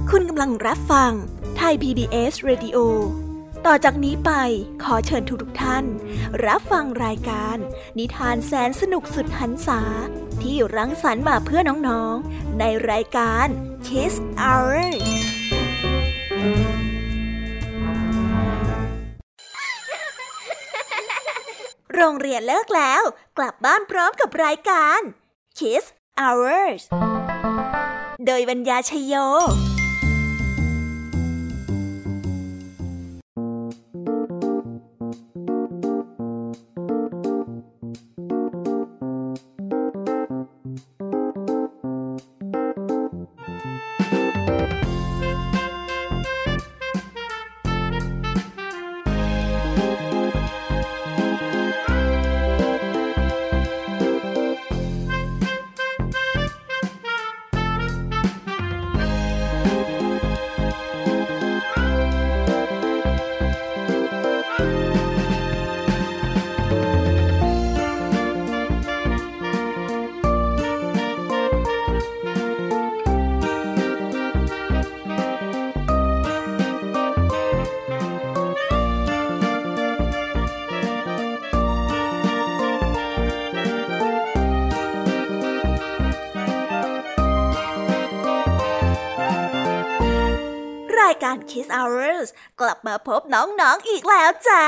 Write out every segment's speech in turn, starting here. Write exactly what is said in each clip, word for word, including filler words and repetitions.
คุณกำลังรับฟังไทย พี บี เอส Radio ต่อจากนี้ไปขอเชิญทุกๆท่านรับฟังรายการนิทานแสนสนุกสุดหรรษาที่รังสรรค์มาเพื่อน้องๆในรายการ Kids Hourโรงเรียนเลิกแล้วกลับบ้านพร้อมกับรายการ Kids Hours โดยบรรยาชโยการ Kids Hours กลับมาพบน้องๆอีกแล้วจ้า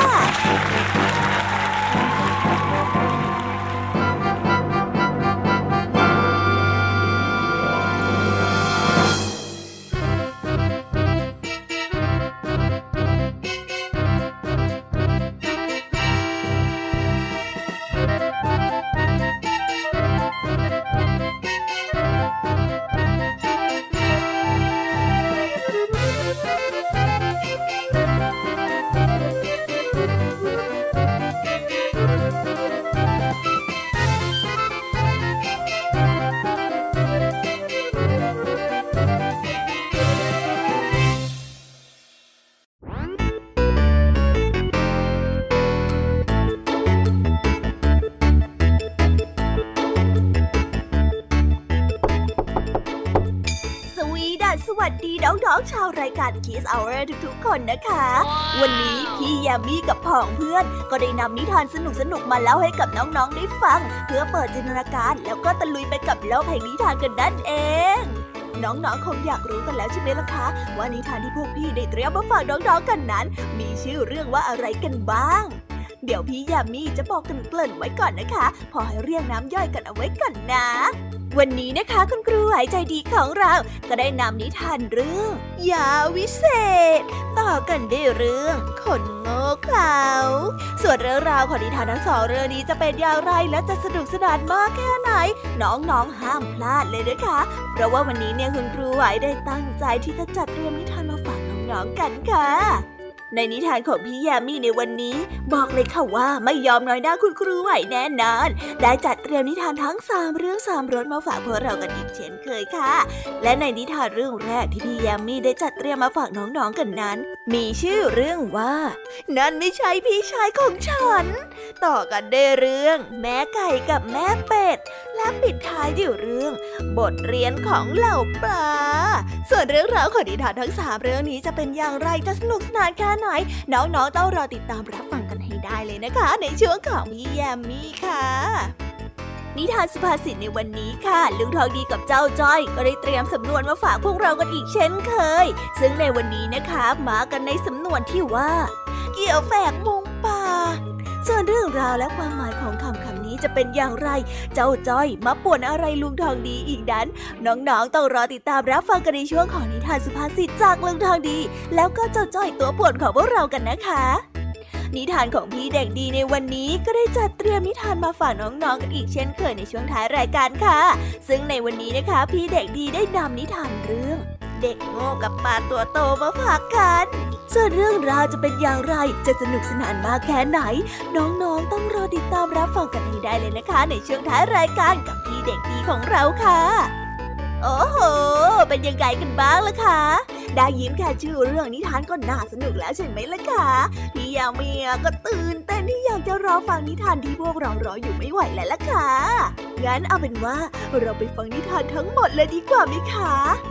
สวัสดีน้องๆชาวรายการ Kids Hour ทุกๆคนนะคะ wow. วันนี้พี่ยามีกับพ้องเพื่อนก็ได้นำนิทานสนุกๆมาเล่าให้กับน้องๆได้ฟังเพื่อเปิดจินตนาการแล้วก็ตะลุยไปกับโลกแห่งนิทานกันนั่นเองน้องๆคงอยากรู้กันแล้วใช่ไหมล่ะคะว่านิทานที่พวกพี่ได้เตรียมมาฝากน้องๆกันนั้นมีชื่อเรื่องว่าอะไรกันบ้างเดี๋ยวพี่ยามีจะบอกกันเกริ่นไว้ก่อนนะคะพอให้เรียกน้ำย่อยกันเอาไว้ก่อนนะวันนี้นะคะคุณครูไหวใจดีของเราก็ได้นำนิทานเรื่องยาวิเศษต่อกันด้วยเรื่องคนโง่เขลาส่วนเรื่องราวของนิทานทั้งสองเรื่องนี้จะเป็นอย่างไรและจะสนุกสนานมากแค่ไหนน้องๆห้ามพลาดเลยนะคะเพราะว่าวันนี้เนี่ยคุณครูไหวได้ตั้งใจที่จะจัดเตรียมนิทานมาฝากน้องๆกันค่ะในนิทานของพี่ยามีในวันนี้บอกเลยค่ะว่าไม่ยอมน้อยหน้าคุณครูไหวแน่นอนได้จัดเตรียมนิทานทั้งสามเรื่องสามรสมาฝากพวกเรากันอีกเช่นเคยค่ะและในนิทานเรื่องแรกที่พี่ยามีได้จัดเตรียมมาฝากน้องๆกันนั้นมีชื่อเรื่องว่านั่นไม่ใช่พี่ชายของฉันต่อกันได้เรื่องแม่ไก่กับแม่เป็ดและปิดท้ายด้วยเรื่องบทเรียนของเหล่าปลาส่วนเรื่องราวของนิทานทั้งสามเรื่องนี้จะเป็นอย่างไรจะสนุกสนานแค่ไหนน้องๆต้องรอติดตามรับฟังกันให้ได้เลยนะคะในช่วงของพี่ยามีค่ะนิทานสุภาษิตในวันนี้ค่ะลุงทองดีกับเจ้าจ้อยก็ได้เตรียมสำนวนมาฝากพวกเรากันอีกเช่นเคยซึ่งในวันนี้นะคะมากันในสำนวนที่ว่าเกี่ยวแฝกมุงป่าส่วนเรื่องราวและความหมายของคำคำนี้จะเป็นอย่างไรเจ้าจ้อยมาป่วนอะไรลุงทองดีอีกนั้นน้องๆต้องรอติดตามรับฟังกันในช่วงของนิทานสุภาษิตจากลุงทองดีแล้วก็เจ้าจ้อยตัวป่วนของพวกเรากันนะคะนิทานของพี่เด็กดีในวันนี้ก็ได้จัดเตรียมนิทานมาฝากน้องๆกันอีกเช่นเคยในช่วงท้ายรายการค่ะซึ่งในวันนี้นะคะพี่เด็กดีได้นำนิทานเรื่องเด็กโง่กับปลาตัวโตมาฝากกันส่วนเรื่องราวจะเป็นอย่างไรจะสนุกสนานมากแค่ไหนน้องๆต้องรอติดตามรับฟังกันให้ได้เลยนะคะในช่วงท้ายรายการกับพี่เด็กดีของเราค่ะโอ้โหเป็นยังไงกันบ้างล่ะคะได้ยินแค่ชื่อเรื่องนิทานก็น่าสนุกแล้วใช่ไหมล่ะคะพี่ยามีก็ตื่นเต้นที่อยากจะรอฟังนิทานที่พวกเรารออยู่ไม่ไหวแล้วล่ะค่ะงั้นเอาเป็นว่าเราไปฟังนิทานทั้งหมดเลยดีกว่าไหมคะ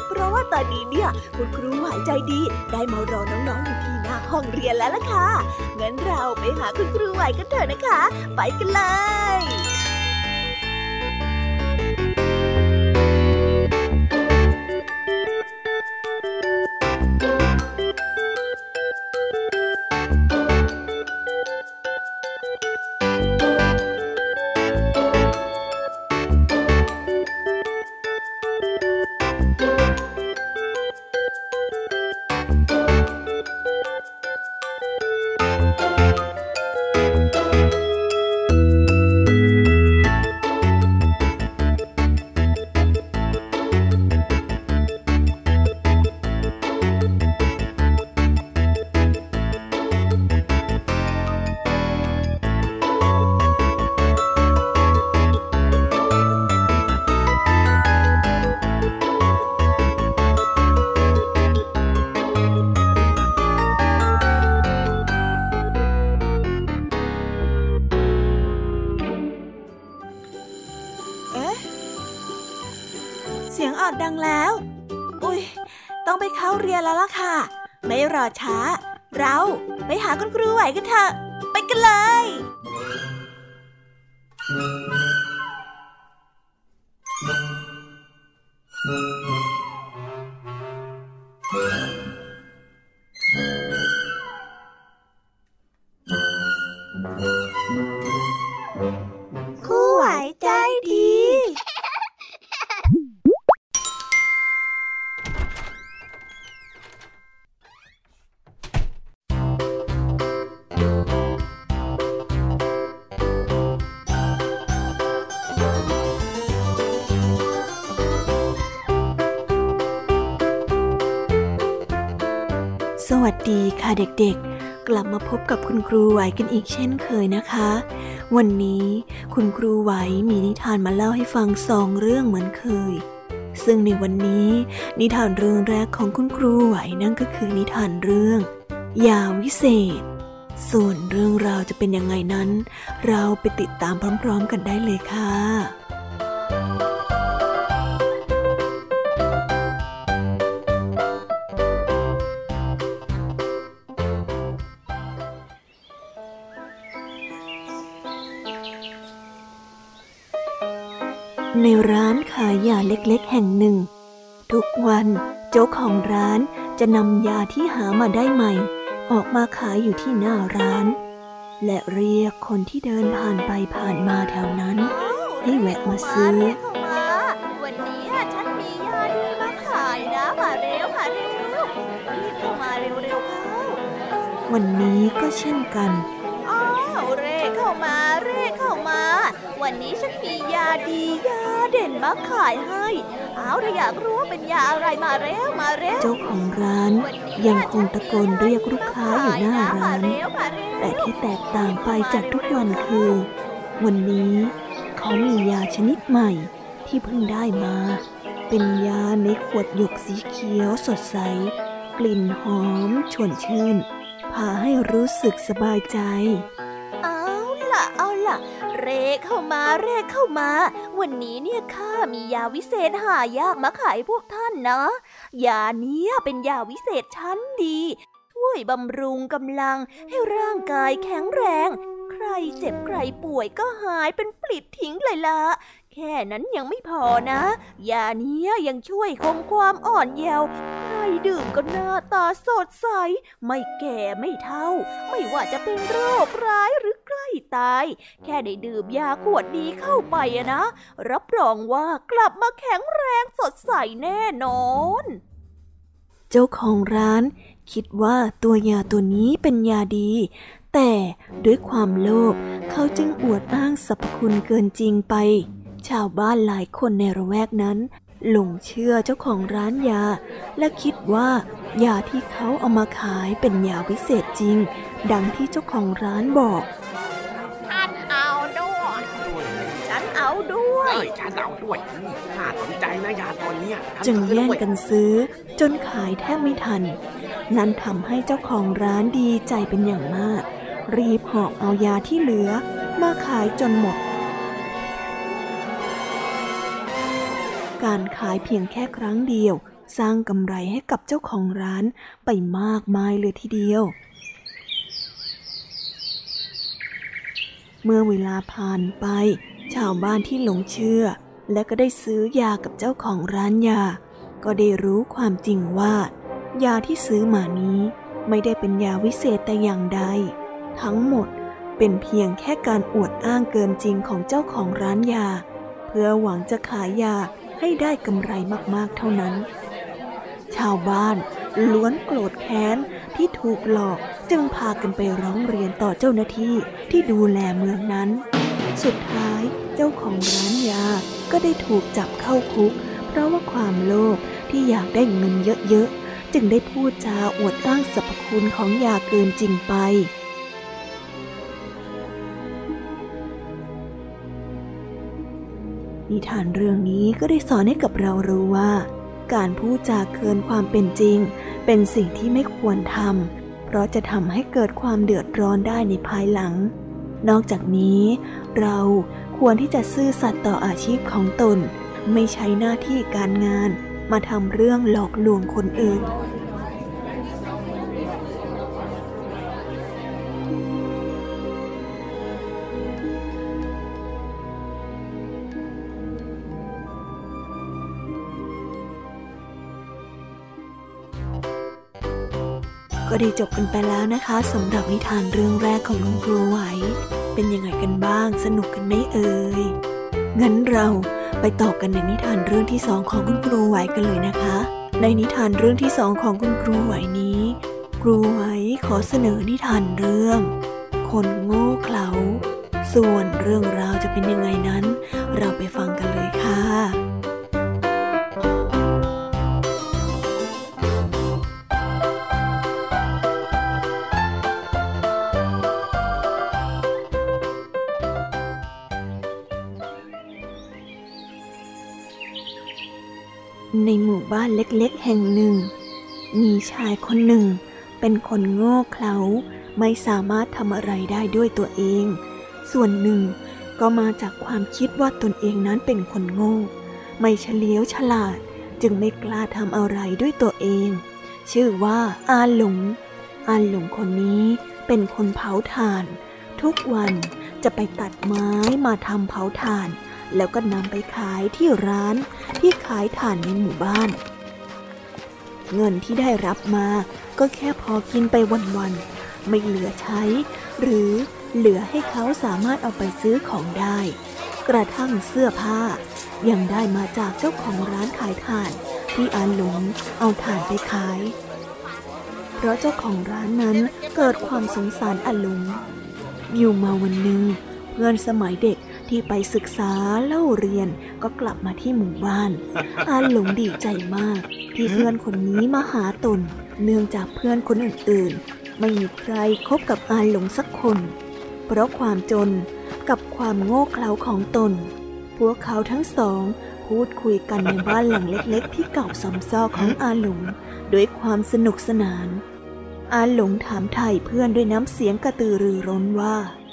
เพราะว่าตอนนี้เนี่ยคุณครูไหวใจดีได้มารอน้องๆอยู่ที่หน้าห้องเรียนแล้วล่ะค่ะงั้นเราไปหาคุณครูไหวกันเถอะนะคะไปกันเลยดังแล้วอุ๊ยต้องไปเข้าเรียนแล้วล่ะค่ะไม่รอช้าเราไปหาคุณครูไหวกันเถอะไปกันเลยครูไหวใจดีสวัสดีค่ะเด็กๆกลับมาพบกับคุณครูไหวกันอีกเช่นเคยนะคะวันนี้คุณครูไหวมีนิทานมาเล่าให้ฟังสองเรื่องเหมือนเคยซึ่งในวันนี้นิทานเรื่องแรกของคุณครูไหวนั่นก็คือนิทานเรื่องยาวิเศษส่วนเรื่องราวจะเป็นยังไงนั้นเราไปติดตามพร้อมๆกันได้เลยค่ะในร้านขายยาเล็กๆแห่งหนึ่งทุกวันเจ้าของร้านจะนำยาที่หามาได้ใหม่ออกมาขายอยู่ที่หน้าร้านและเรียกคนที่เดินผ่านไปผ่านมาแถวนั้นให้แวะมาซื้อวันนี้ฉันมียาดีมาขายนะมาเร็วมาเร็วรีบเข้ามาเร็วๆเข้าวันนี้ก็เช่นกันอ้าวเร่เข้ามาเร่เข้ามาวันนี้ฉันมียาดียาเด่นมาขายให้เอาถ้าอยากรู้ว่าเป็นยาอะไรมาเร็วมาเร็วเจ้าของร้านยังคงตะโกนเรียกลูกค้าอยู่หน้าร้านแต่ที่แตกต่างไปจากทุกวันคือวันนี้เขามียาชนิดใหม่ที่เพิ่งได้มาเป็นยาในขวดหยกสีเขียวสดใสกลิ่นหอมชวนชื่นพาให้รู้สึกสบายใจเอาล่ะเอาล่ะเร่เข้ามาเร่เข้ามาวันนี้เนี่ยข้ามียาวิเศษหายากมาขายพวกท่านนะยาเนี้ยเป็นยาวิเศษชั้นดีช่วยบำรุงกำลังให้ร่างกายแข็งแรงใครเจ็บใครป่วยก็หายเป็นปลิดทิ้งเลยล่ะแค่นั้นยังไม่พอนะยาเนี้ยยังช่วยคงความอ่อนเยาว์ใครดื่มก็หน้าตาสดใสไม่แก่ไม่เฒ่าไม่ว่าจะเป็นโรคร้ายหรือใกล้ตายแค่ได้ดื่มยาขวดนี้เข้าไปอะนะรับรองว่ากลับมาแข็งแรงสดใสแน่นอนเจ้าของร้านคิดว่าตัวยาตัวนี้เป็นยาดีแต่ด้วยความโลภเขาจึงอวดอ้างสรรพคุณเกินจริงไปชาวบ้านหลายคนในละแวกนั้นหลงเชื่อเจ้าของร้านยาและคิดว่ายาที่เขาเอามาขายเป็นยาวิเศษจริงดังที่เจ้าของร้านบอกฉันเอาด้วยฉันเอาด้วยเอ้ยฉันเอาด้วยน่าสนใจนะยาตัวนี้จึงแย่งกันซื้อจนขายแทบไม่ทันนั่นทำให้เจ้าของร้านดีใจเป็นอย่างมากรีบหอบเอายาที่เหลือมาขายจนหมดการขายเพียงแค่ครั้งเดียวสร้างกำไรให้กับเจ้าของร้านไปมากมายเลยทีเดียวเมื่อเวลาผ่านไปชาวบ้านที่หลงเชื่อและก็ได้ซื้อยากับเจ้าของร้านยาก็ได้รู้ความจริงว่ายาที่ซื้อมานี้ไม่ได้เป็นยาวิเศษแต่อย่างใดทั้งหมดเป็นเพียงแค่การอวดอ้างเกินจริงของเจ้าของร้านยาเพื่อหวังจะขายยาให้ได้กำไรมากๆเท่านั้นชาวบ้านล้วนโกรธแค้นที่ถูกหลอกจึงพากันไปร้องเรียนต่อเจ้าหน้าที่ที่ดูแลเมืองนั้นสุดท้ายเจ้าของร้านยาก็ได้ถูกจับเข้าคุกเพราะว่าความโลภที่อยากได้เงินเยอะๆจึงได้พูดจาอวดอ้างสรรพคุณของยาเกินจริงไปนิทานเรื่องนี้ก็ได้สอนให้กับเรารู้ว่าการพูดจาเกินความเป็นจริงเป็นสิ่งที่ไม่ควรทำเพราะจะทำให้เกิดความเดือดร้อนได้ในภายหลังนอกจากนี้เราควรที่จะซื่อสัตย์ต่ออาชีพของตนไม่ใช้หน้าที่การงานมาทำเรื่องหลอกลวงคนอื่นก็ได้จบกันไปแล้วนะคะสำหรับนิทานเรื่องแรกของคุณครูไหวเป็นยังไงกันบ้างสนุกกันไหมเอ่ยงั้นเราไปต่อกันในนิทานเรื่องที่สองของคุณครูไหวกันเลยนะคะในนิทานเรื่องที่สองของคุณครูไหวนี้ครูไหวขอเสนอนิทานเรื่องคนโง่เขลาส่วนเรื่องราวจะเป็นยังไงนั้นเราไปฟังกันเลยค่ะในหมู่บ้านเล็กๆแห่งหนึ่งมีชายคนหนึ่งเป็นคนโง่เขลาไม่สามารถทำอะไรได้ด้วยตัวเองส่วนหนึ่งก็มาจากความคิดว่าตนเองนั้นเป็นคนโง่ไม่เฉลียวฉลาดจึงไม่กล้าทำอะไรด้วยตัวเองชื่อว่าอาหลงอาหลงคนนี้เป็นคนเผาถ่านทุกวันจะไปตัดไม้มาทำเผาถ่านแล้วก็นำไปขายที่ร้านที่ขายถ่านในหมู่บ้านเงินที่ได้รับมาก็แค่พอกินไปวันๆไม่เหลือใช้หรือเหลือให้เขาสามารถเอาไปซื้อของได้กระทั่งเสื้อผ้ายังได้มาจากเจ้าของร้านขายถ่านที่อาหลงเอาถ่านไปขายเพราะเจ้าของร้านนั้นเกิดความสงสารอาหลงอยู่มาวันหนึ่งเพื่อนสมัยเด็กที่ไปศึกษาเล่าเรียนก็กลับมาที่หมู่บ้านอาหลงดีใจมากที่เพื่อนคนนี้มาหาตนเนื่องจากเพื่อนคนอื่นๆไม่มีใครคบกับอาหลงสักคนเพราะความจนกับความโง่เขลาของตนพวกเขาทั้งสองพูดคุยกันในบ้านหลังเล็กๆที่เก่าซ้ำซอกของอาหลงด้วยความสนุกสนานอาหลงถามไถ่เพื่อนด้วยน้ำเสียงกระตือรือร้นว่า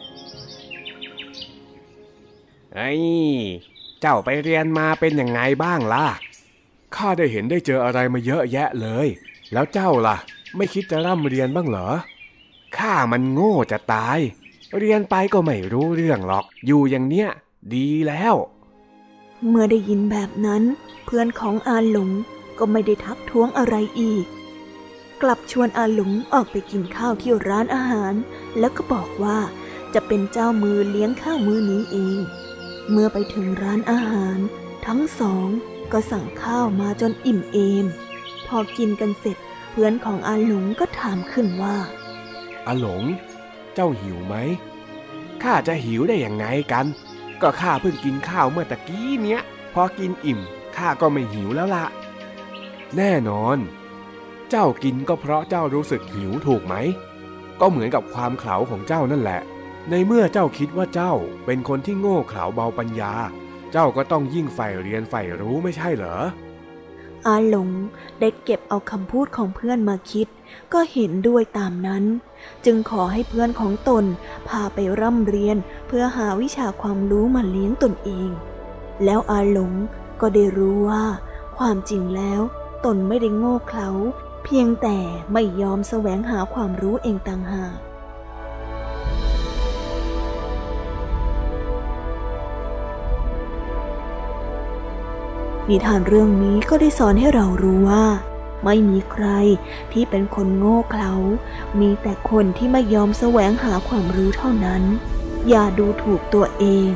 ไอ้เจ้าไปเรียนมาเป็นยังไงบ้างล่ะข้าได้เห็นได้เจออะไรมาเยอะแยะเลยแล้วเจ้าล่ะไม่คิดจะร่ำเรียนบ้างเหรอข้ามันโง่จะตายเรียนไปก็ไม่รู้เรื่องหรอกอยู่อย่างเนี้ยดีแล้วเมื่อได้ยินแบบนั้นเพื่อนของอาหลงก็ไม่ได้ทักท้วงอะไรอีกกลับชวนอาหลงออกไปกินข้าวที่ร้านอาหารแล้วก็บอกว่าจะเป็นเจ้ามือเลี้ยงข้าวมื้อนี้เองเมื่อไปถึงร้านอาหารทั้งสองก็สั่งข้าวมาจนอิ่มเอมพอกินกันเสร็จเพื่อนของอาหลงก็ถามขึ้นว่าอาหลงเจ้าหิวไหมข้าจะหิวได้ยังไงกันก็ข้าเพิ่งกินข้าวเมื่อตะกี้เนี้ยพอกินอิ่มข้าก็ไม่หิวแล้วล่ะแน่นอนเจ้ากินก็เพราะเจ้ารู้สึกหิวถูกไหมก็เหมือนกับความเขลาของเจ้านั่นแหละในเมื่อเจ้าคิดว่าเจ้าเป็นคนที่โง่เขลาเบาปัญญาเจ้าก็ต้องยิ่งใฝ่เรียนใฝ่รู้ไม่ใช่เหรออาหลงได้เก็บเอาคำพูดของเพื่อนมาคิดก็เห็นด้วยตามนั้นจึงขอให้เพื่อนของตนพาไปร่ำเรียนเพื่อหาวิชาความรู้มาเลี้ยงตนเองแล้วอาหลงก็ได้รู้ว่าความจริงแล้วตตนไม่ได้โง่เขลาเพียงแต่ไม่ยอมแสวงหาความรู้เองต่างหากนิทานเรื่องนี้ก็ได้สอนให้เรารู้ว่าไม่มีใครที่เป็นคนโง่เขลามีแต่คนที่ไม่ยอมแสวงหาความรู้เท่านั้นอย่าดูถูกตัวเอง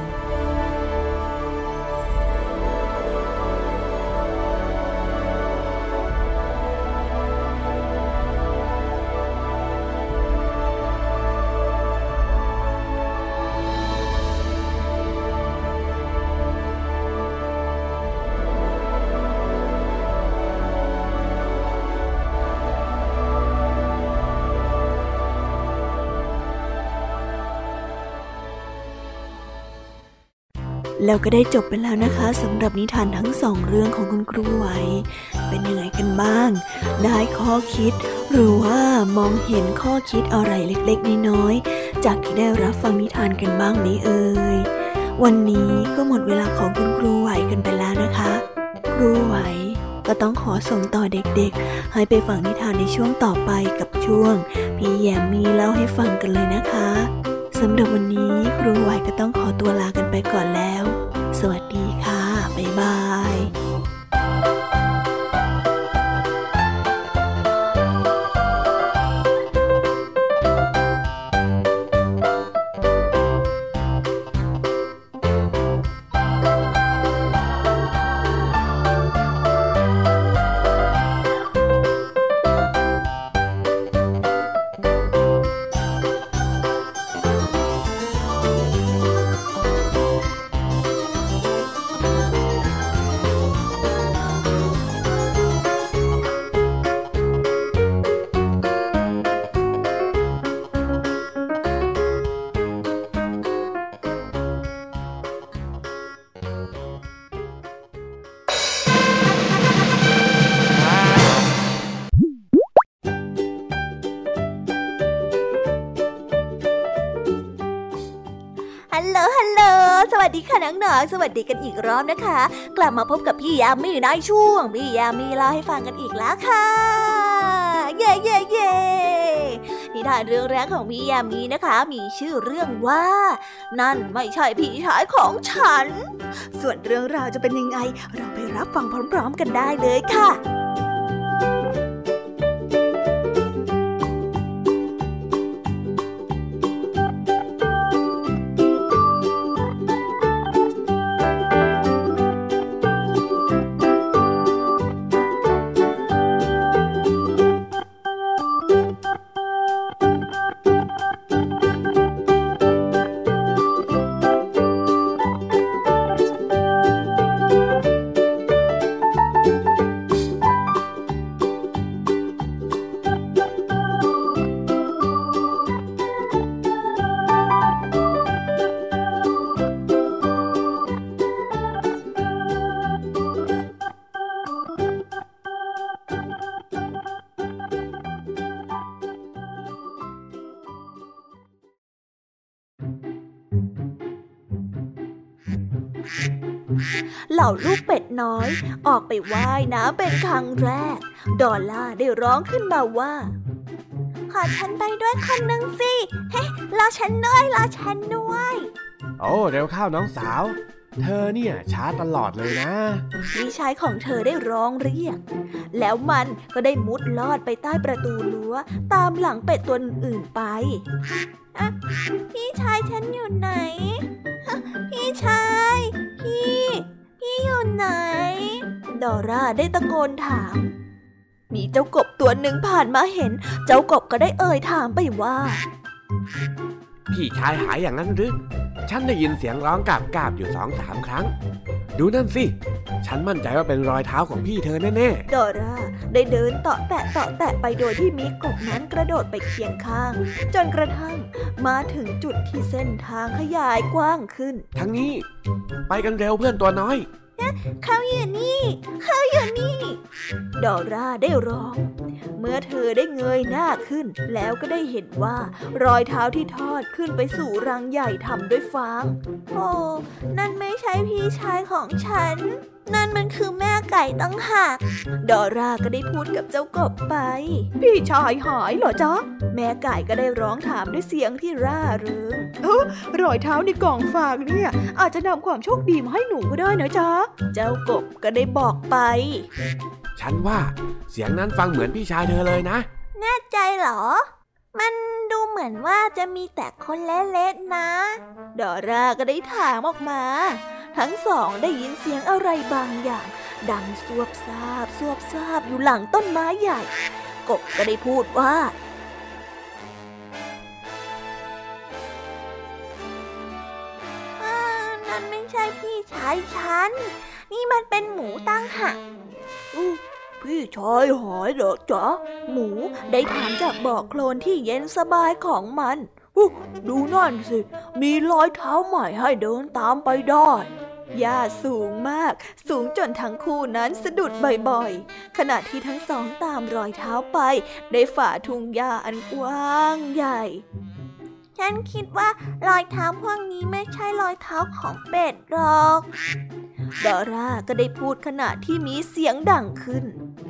แล้วก็ได้จบไปแล้วนะคะสำหรับนิทานทั้งสองเรื่องของคุณครูไหวเป็นยังไงกันบ้างได้ข้อคิดหรือว่ามองเห็นข้อคิดอะไรเล็กๆน้อยๆจากที่ได้รับฟังนิทานกันบ้างไหมเอ่ยวันนี้ก็หมดเวลาของคุณครูไหวกันไปแล้วนะคะครูไหวก็ต้องขอส่งต่อเด็กๆให้ไปฟังนิทานในช่วงต่อไปกับช่วงพี่แยมมี่เล่าให้ฟังกันเลยนะคะสำหรับวันนี้ครูไหวก็ต้องขอตัวลากันไปก่อนแล้วสวัสดีค่ะบ๊ายบายสวัสดีค่ะน้องๆสวัสดีกันอีกรอบนะคะกลับมาพบกับพี่ยามีในช่วงพี่ยามีเล่าให้ฟังกันอีกแล้วค่ะเย่เย่เย่นิทานเรื่องแรกของพี่ยามีนะคะมีชื่อเรื่องว่านั่นไม่ใช่พี่ชายของฉันส่วนเรื่องราวจะเป็นยังไงเราไปรับฟังพร้อมๆกันได้เลยค่ะเหล่าลูกเป็ดน้อยออกไปว่ายน้ำเป็นครั้งแรกดอลล่าได้ร้องขึ้นมาว่าขอฉันไปด้วยคนหนึ่งสิเฮ้รอฉันด้วยรอฉันด้วยโอ้เร็วเข้าน้องสาวเธอเนี่ยช้าตลอดเลยนะพี่ชายของเธอได้ร้องเรียกแล้วมันก็ได้มุดลอดไปใต้ประตูรั้วตามหลังเป็ดตัวอื่นไปอะพี่ชายฉันอยู่ไหนพี่ชายพี่พี่อยู่ไหนดอร่าได้ตะโกนถามมีเจ้ากบตัวหนึ่งผ่านมาเห็นเจ้ากบก็ได้เอ่ยถามไปว่าพี่ชายหายอย่างนั้นหรือฉันได้ยินเสียงร้องกาบกาบอยู่สองสามครั้งดูนั่นสิฉันมั่นใจว่าเป็นรอยเท้าของพี่เธอแน่ๆดอร่าได้เดินเตาะแตะเตาะแตะไปโดยที่มีกบนั้นกระโดดไปเคียงข้างจนกระทั่งมาถึงจุดที่เส้นทางขยายกว้างขึ้นทางนี้ไปกันเร็วเพื่อนตัวน้อยเขาอยู่นี่เขาอยู่นี่ดอร่าได้ร้องเมื่อเธอได้เงยหน้าขึ้นแล้วก็ได้เห็นว่ารอยเท้าที่ทอดขึ้นไปสู่รังใหญ่ทำด้วยฟางโอ้นั่นไม่ใช่พี่ชายของฉันนั่นมันคือแม่ไก่ตั้งหากดอร่าก็ได้พูดกับเจ้ากบไปพี่ชายหายเหรอจ๊ะแม่ไก่ก็ได้ร้องถามด้วยเสียงที่ร่าเริงเออรอยเท้าในกล่องฝากเนี่ยอาจจะนำความโชคดีมาให้หนูก็ได้นะจ๊ะเจ้ากบก็ได้บอกไปฉันว่าเสียงนั้นฟังเหมือนพี่ชายเธอเลยนะแน่ใจเหรอมันดูเหมือนว่าจะมีแต่คนเล็กๆนะดอร่าก็ได้ถามออกมาทั้งสองได้ยินเสียงอะไรบางอย่างดังซวบซาบซวบซาบอยู่หลังต้นไม้ใหญ่กบก็ได้พูดว่านั่นไม่ใช่พี่ชายฉันนี่มันเป็นหมูตั้งหากพี่ชายหายเหรอจ๊ะหมูได้ถามจากบ่อโคลนที่เย็นสบายของมันดูนั่นสิมีรอยเท้าใหม่ให้เดินตามไปได้หญ้าสูงมากสูงจนทั้งคู่นั้นสะดุดบ่อยๆขณะที่ทั้งสองตามรอยเท้าไปได้ฝ่าทุ่งหญ้าอันกว้างใหญ่ฉันคิดว่ารอยเท้าพวกนี้ไม่ใช่รอยเท้าของเป็ดหรอกดอร่าก็ได้พูดขณะที่มีเสียงดังขึ้น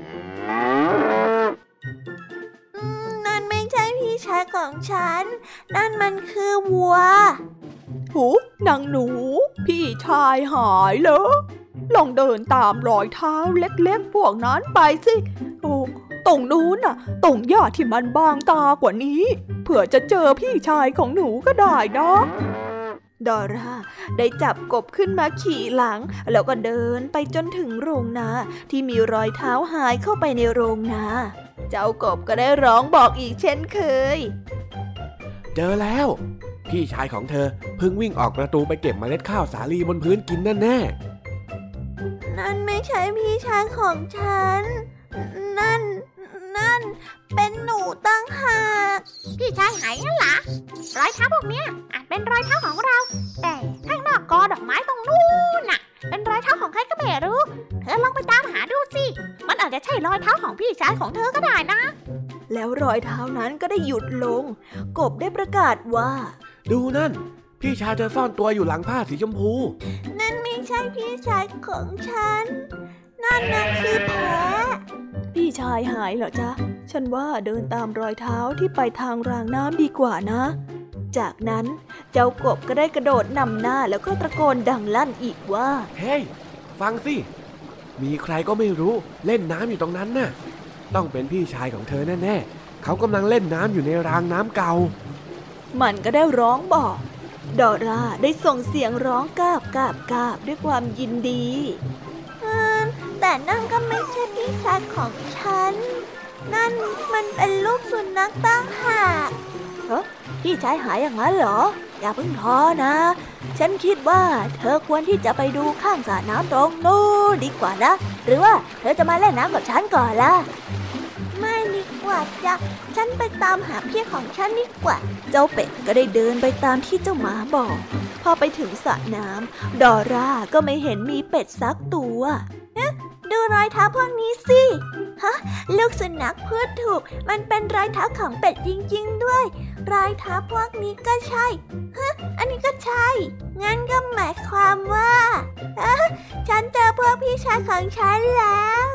นั่นไม่ใช่พี่ชายของฉันนั่นมันคือวัวหูนางหนูพี่ชายหายเหรอลองเดินตามรอยเท้าเล็กๆพวกนั้นไปสิโอ้ตรงนู้นน่ะตรงหญ้าที่มันบางตากว่านี้เผื่อจะเจอพี่ชายของหนูก็ได้นะดอร่าได้จับกบขึ้นมาขี่หลังแล้วก็เดินไปจนถึงโรงนาที่มีรอยเท้าหายเข้าไปในโรงนาเจ้ากบก็ได้ร้องบอกอีกเช่นเคยเจอแล้วพี่ชายของเธอเพิ่งวิ่งออกประตูไปเก็บเมล็ดข้าวสาลีบนพื้นกินแน่ๆนั่นไม่ใช่พี่ชายของฉันนั่นนั่นเป็นหนูตั้งหากพี่ชายหายงั้นเหรอรอยเท้าพวกเนี้ยอาจเป็นรอยเท้าของเราแต่ข้างนอกกอดอกไม้ตรงนู้นน่ะเป็นรอยเท้าของใครก็ไม่รู้เธอลองไปตามหาดูสิมันอาจจะใช่รอยเท้าของพี่ชายของเธอก็ได้นะแล้วรอยเท้านั้นก็ได้หยุดลงกบได้ประกาศว่าดูนั่นพี่ชายเธอซ่อนตัวอยู่หลังผ้าสีชมพูนั่นไม่ใช่พี่ชายของฉันนั่นน่ะคือแพะพี่ชายหายเหรอจ๊ะฉันว่าเดินตามรอยเท้าที่ไปทางรางน้ำดีกว่านะจากนั้นเจ้ากบก็ได้กระโดดนำหน้าแล้วก็ตะโกนดังลั่นอีกว่าเฮ้ย hey, ฟังสิมีใครก็ไม่รู้เล่นน้ำอยู่ตรงนั้นน่ะต้องเป็นพี่ชายของเธอแน่ๆเขากำลังเล่นน้ำอยู่ในรางน้ำเก่ามันก็ได้ร้องบอกดอร่าได้ส่งเสียงร้องกาบกาบกาบด้วยความยินดีแต่นั่นก็ไม่ใช่พี่ชายของฉันนั่นมันเป็นลูกสุนัขตั้งหากเฮ้พี่ชายหายอย่างนั้นเหรออย่าเพิ่งท้อนะฉันคิดว่าเธอควรที่จะไปดูข้างสระน้ำตรงนู้นดีกว่านะหรือว่าเธอจะมาเล่นน้ำกับฉันก่อนล่ะไม่ดีกว่าจ้ะฉันไปตามหาพี่ของฉันดีกว่าเจ้าเป็ดก็ได้เดินไปตามที่เจ้าหมาบอกพอไปถึงสระน้ำดอร่าก็ไม่เห็นมีเป็ดสักตัวดูรอยเท้าพวกนี้สิฮะลูกสุนัขพูดถูกมันเป็นรอยเท้าของเป็ดจริงๆด้วยรอยเท้าพวกนี้ก็ใช่ฮะอันนี้ก็ใช่งั้นก็หมายความว่าฉันเจอพวกพี่ชายของฉันแล้ว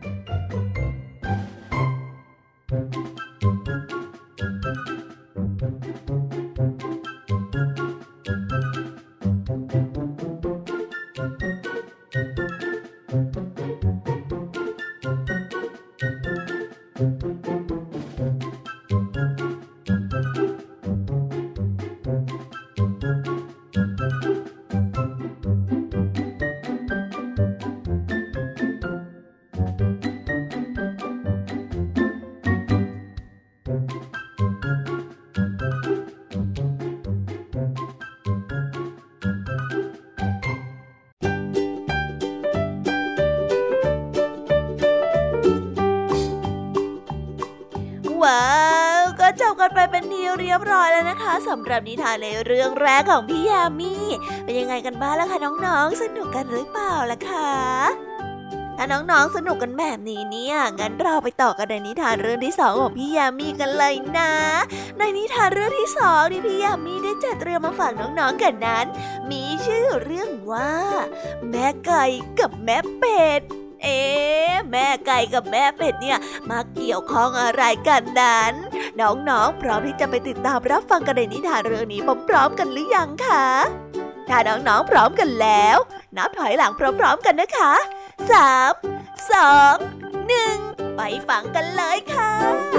ไปเป็นที่เรียบร้อยแล้วนะคะสำหรับนิทานในเรื่องแรกของพี่ยามีเป็นยังไงกันบ้างล่ะคะน้องๆสนุกกันหรือเปล่าล่ะคะถ้าน้องๆสนุกกันแบบนี้เนี่ยงั้นเราไปต่อกันในนิทานเรื่องที่สองของพี่ยามีกันเลยนะในนิทานเรื่องที่สองที่พี่ยามีได้จัดเตรียมมาฝากน้องๆกันนั้นมีชื่อเรื่องว่าแม่ไก่กับแม่เป็ดเอ๊ะแม่ไก่กับแม่เป็ดเนี่ยมาเกี่ยวข้องอะไรกันนั้นน้องๆพร้อมที่จะไปติดตามรับฟังกันในนิทานเรื่องนี้พร้อมๆกันหรือยังคะถ้าน้องๆพร้อมกันแล้วนับถอยหลังพร้อมๆกันนะคะสาม สอง หนึ่งไปฟังกันเลยค่ะ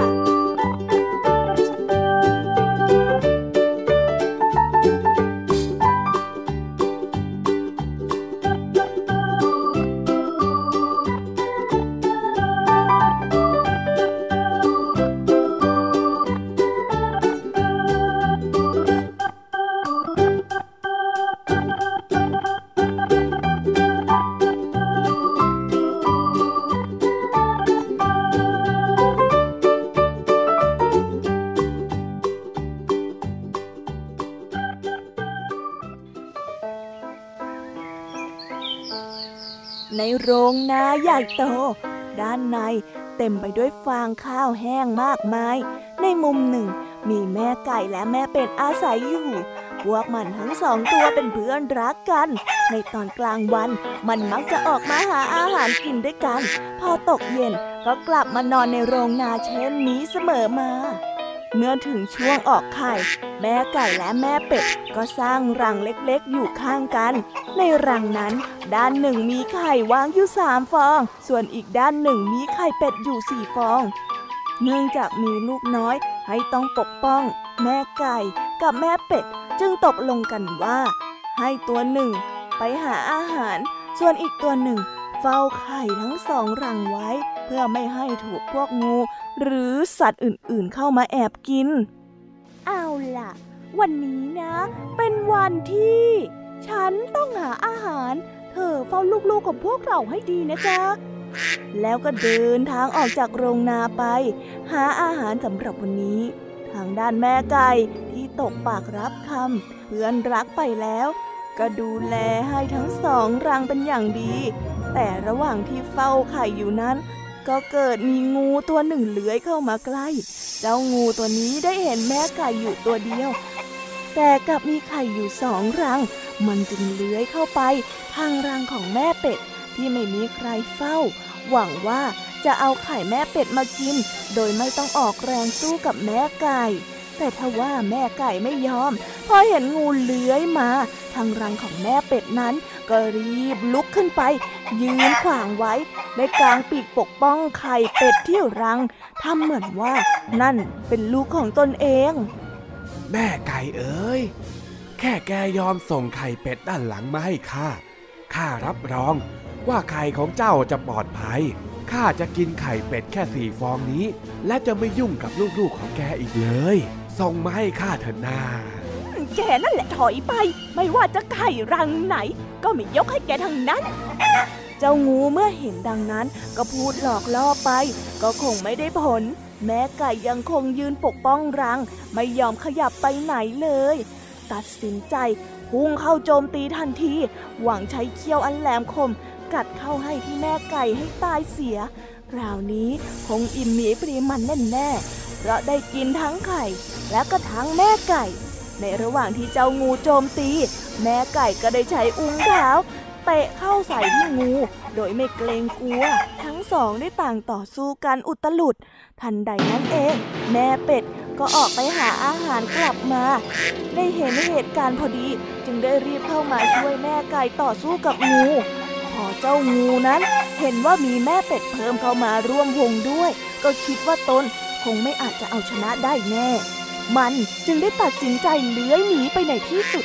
ในโรงนาใหญ่โตด้านในเต็มไปด้วยฟางข้าวแห้งมากมายในมุมหนึ่งมีแม่ไก่และแม่เป็ดอาศัยอยู่พวกมันทั้งสองตัวเป็นเพื่อนรักกันในตอนกลางวันมันมักจะออกมาหาอาหารกินด้วยกันพอตกเย็นก็กลับมานอนในโรงนาเช่นนี้เสมอมาเมื่อถึงช่วงออกไข่แม่ไก่และแม่เป็ดก็สร้างรังเล็กๆอยู่ข้างกันในรังนั้นด้านหนึ่งมีไข่วางอยู่สามฟองส่วนอีกด้านหนึ่งมีไข่เป็ดอยู่สี่ฟองเนื่องจากมีลูกน้อยให้ต้องปกป้องแม่ไก่กับแม่เป็ดจึงตกลงกันว่าให้ตัวหนึ่งไปหาอาหารส่วนอีกตัวหนึ่งเฝ้าไข่ทั้งสองรังไว้เพื่อไม่ให้ถูกพวกงูหรือสัตว์อื่นๆเข้ามาแอบกินเอาล่ะวันนี้นะเป็นวันที่ฉันต้องหาอาหารเธอเฝ้าลูกๆของพวกเราให้ดีนะจ๊ะแล้วก็เดินทางออกจากโรงนาไปหาอาหารสำหรับวันนี้ทางด้านแม่ไก่ที่ตกปากรับคำเพื่อนรักไปแล้วก็ดูแลให้ทั้งสองรังเป็นอย่างดีแต่ระหว่างที่เฝ้าไข่อยู่นั้นก็เกิดมีงูตัวหนึ่งเลื้อยเข้ามาใกล้เจ้างูตัวนี้ได้เห็นแม่ไก่อยู่ตัวเดียวแต่กลับมีไข่อยู่สองรังมันจึงเลื้อยเข้าไปทางรังของแม่เป็ดที่ไม่มีใครเฝ้าหวังว่าจะเอาไข่แม่เป็ดมากินโดยไม่ต้องออกแรงสู้กับแม่ไก่แต่ทว่าแม่ไก่ไม่ยอมพอเห็นงูเลื้อยมาทางรังของแม่เป็ดนั้นก็รีบลุกขึ้นไปยืนขวางไว้ได้กางปีกปกป้องไข่เป็ดที่รังทำเหมือนว่านั่นเป็นลูกของตนเองแม่ไก่เอ๋ยแค่แกยอมส่งไข่เป็ดด้านหลังมาให้ข้าข้ารับรองว่าไข่ของเจ้าจะปลอดภัยข้าจะกินไข่เป็ดแค่สี่ฟองนี้และจะไม่ยุ่งกับลูกๆของแกอีกเลยส่งมาให้ข้าเถอะนาแกนั่นแหละถอยไปไม่ว่าจะไข่รังไหนก็ไม่ยกให้แกทั้งนั้นเจ้างูเมื่อเห็นดังนั้นก็พูดหลอกล่อไปก็คงไม่ได้ผลแม่ไก่ยังคงยืนปกป้องรังไม่ยอมขยับไปไหนเลยตัดสินใจพุ่งเข้าโจมตีทันทีหวังใช้เขี้ยวอันแหลมคมกัดเข้าให้ที่แม่ไก่ให้ตายเสียคราวนี้คงอิ่มหมีปรีมันแน่ๆเพราะได้กินทั้งไข่และก็ทั้งแม่ไก่ในระหว่างที่เจ้างูโจมตีแม่ไก่ก็ได้ใช้อุ้งเท้าเตะเข้าใส่ที่งูโดยไม่เกรงกลัวทั้งสองได้ต่างต่อสู้กันอุตลุดทันใดนั้นเองแม่เป็ดก็ออกไปหาอาหารกลับมาได้เห็นเหตุการณ์พอดีจึงได้รีบเข้ามาช่วยแม่ไก่ต่อสู้กับงูพอเจ้างูนั้นเห็นว่ามีแม่เป็ดเพิ่มเข้ามาร่วมวงด้วยก็คิดว่าตนคงไม่อาจจะเอาชนะได้แน่มันจึงได้ตัดสินใจเลื้อยหนีไปในที่สุด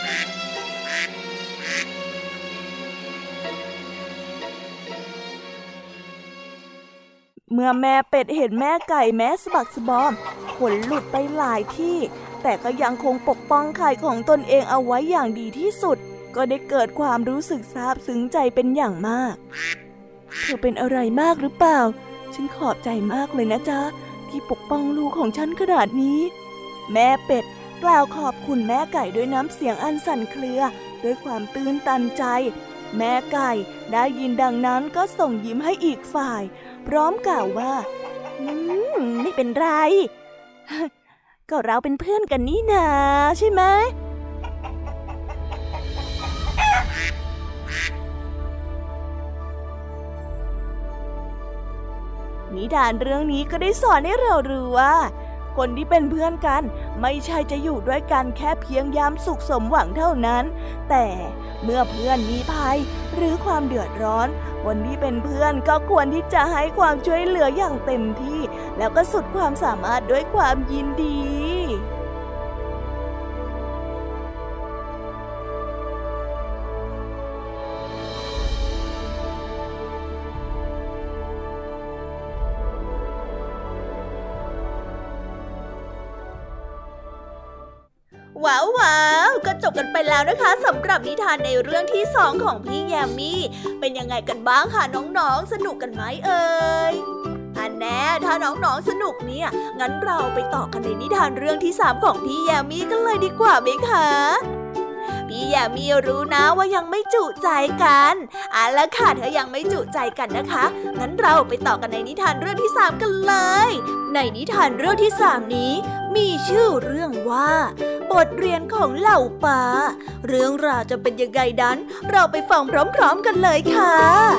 เมื่อแม่เป็ดเห็นแม่ไก่แม้สะบักสะบอมขนหลุดไปหลายที่แต่ก็ยังคงปกป้องไข่ของตนเองเอาไว้อย่างดีที่สุดก็ได้เกิดความรู้สึกซาบซึ้งใจเป็นอย่างมากเธอเป็นอะไรมากหรือเปล่าฉันขอบใจมากเลยนะจ๊ะที่ปกป้องลูกของฉันขนาดนี้แม่เป็ดกล่าวขอบคุณแม่ไก่ด้วยน้ำเสียงอันสั่นเครือด้วยความตื้นตันใจแม่ไก่ได้ยินดังนั้นก็ส่งยิ้มให้อีกฝ่ายพร้อมกล่าวว่าอืมไม่เป็นไร ก็เราเป็นเพื่อนกันนี่นาใช่ไหมนิทานเรื่องนี้ก็ได้สอนให้เรารู้ว่าคนที่เป็นเพื่อนกันไม่ใช่จะอยู่ด้วยกันแค่เพียงยามสุขสมหวังเท่านั้นแต่เมื่อเพื่อนมีภัยหรือความเดือดร้อนคนที่เป็นเพื่อนก็ควรที่จะให้ความช่วยเหลืออย่างเต็มที่แล้วก็สุดความสามารถด้วยความยินดีว้าวว้าวก็จบกันไปแล้วนะคะสำหรับนิทานในเรื่องที่สองของพี่แยมมี่เป็นยังไงกันบ้างคะน้องๆสนุกกันไหมเอ่ยอันแน่ถ้าน้องๆสนุกเนี่ยงั้นเราไปต่อกันในนิทานเรื่องที่สามของพี่แยมมี่กันเลยดีกว่าไหมคะพี่แยมมี่รู้นะว่ายังไม่จุใจกันเอาละค่ะถ้ายังไม่จุใจกันนะคะงั้นเราไปต่อกันในนิทานเรื่องที่สามกันเลยในนิทานเรื่องที่สามนี้มีชื่อเรื่องว่าบทเรียนของเหล่าปลาเรื่องราวจะเป็นยังไงนั้นเราไปฟังพร้อมๆกันเลยค่ะ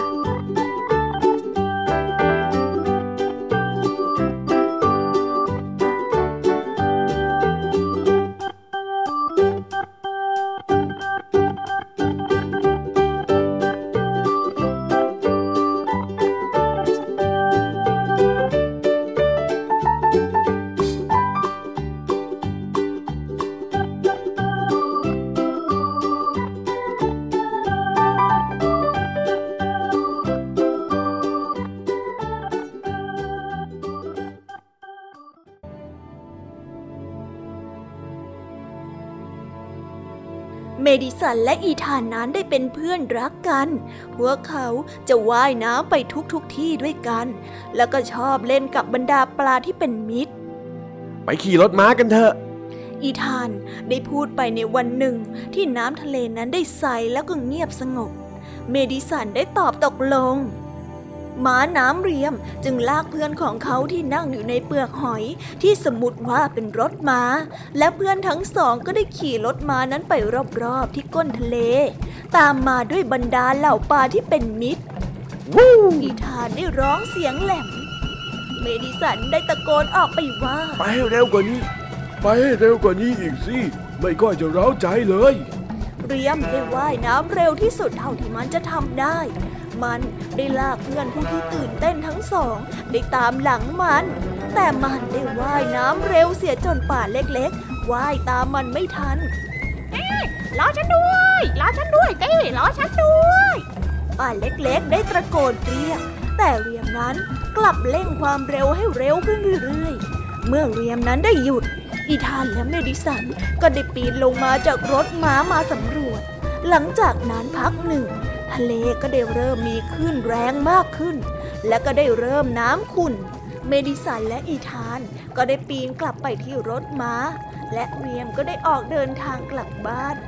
เมดิสันและอีธานนั้นได้เป็นเพื่อนรักกันพวกเขาจะว่ายน้ำไปทุกทุกที่ด้วยกันแล้วก็ชอบเล่นกับบรรดาปลาที่เป็นมิตรไปขี่รถม้ากันเถอะอีธานได้พูดไปในวันหนึ่งที่น้ำทะเลนั้นได้ใสแล้วก็เงียบสงบเมดิสันได้ตอบตกลงม้าน้ำเรียมจึงลากเพื่อนของเขาที่นั่งอยู่ในเปลือกหอยที่สมมุติว่าเป็นรถม้าและเพื่อนทั้งสองก็ได้ขี่รถม้านั้นไปรอบๆที่ก้นทะเลตามมาด้วยบรรดาเหล่าปลาที่เป็นมิตรอีธานได้ร้องเสียงแหลมเมดิสันได้ตะโกนออกไปว่าไปให้เร็วกว่านี้ไปให้เร็วกว่านี้อีกสิไม่ก็จะเร้าใจเลยเรียมได้ว่ายน้ำเร็วที่สุดเท่าที่มันจะทำได้มันได้ลากเพื่อนผู้ที่ตื่นเต้นทั้งสองได้ตามหลังมันแต่มันได้ว่ายน้ำเร็วเสียจนป่าเล็กๆว่ายตามมันไม่ทันเอ๊ะรอฉันด้วยรอฉันด้วยเต้รอฉันด้วยป่าเล็กๆได้ตะโกนเรียกแต่เรียมนั้นกลับเร่งความเร็วให้เร็วขึ้นเรื่อยๆเมื่อเรียมนั้นได้หยุดอีธานและเมดิสันก็ได้ปีนลงมาจากรถม้ามาสำรวจหลังจากนั้นพักหนึ่งทะเลก็ได้เริ่มมีคลื่นแรงมากขึ้นและก็ได้เริ่มน้ำขุ่นเมดิสันและอีธานก็ได้ปีนกลับไปที่รถม้าและเรียมก็ได้ออกเดินทางกลับบ้าน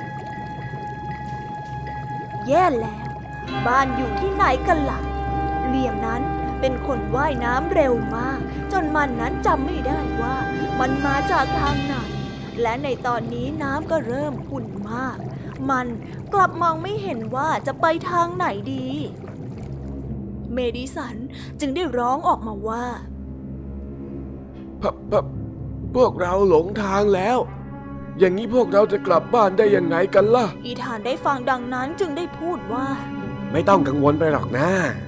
แย่แล้วบ้านอยู่ที่ไหนกันล่ะเรียมนั้นเป็นคนว่ายน้ำเร็วมากจนมันนั้นจำไม่ได้ว่ามันมาจากทางไหนและในตอนนี้น้ำก็เริ่มขุ่นมากมันกลับมองไม่เห็นว่าจะไปทางไหนดีเมดิสันจึงได้ร้องออกมาว่าพพพวกเราหลงทางแล้วอย่างนี้พวกเราจะกลับบ้านได้ยังไงกันล่ะอีธานได้ฟังดังนั้นจึงได้พูดว่าไม่ต้องกังวลไปหรอกนะ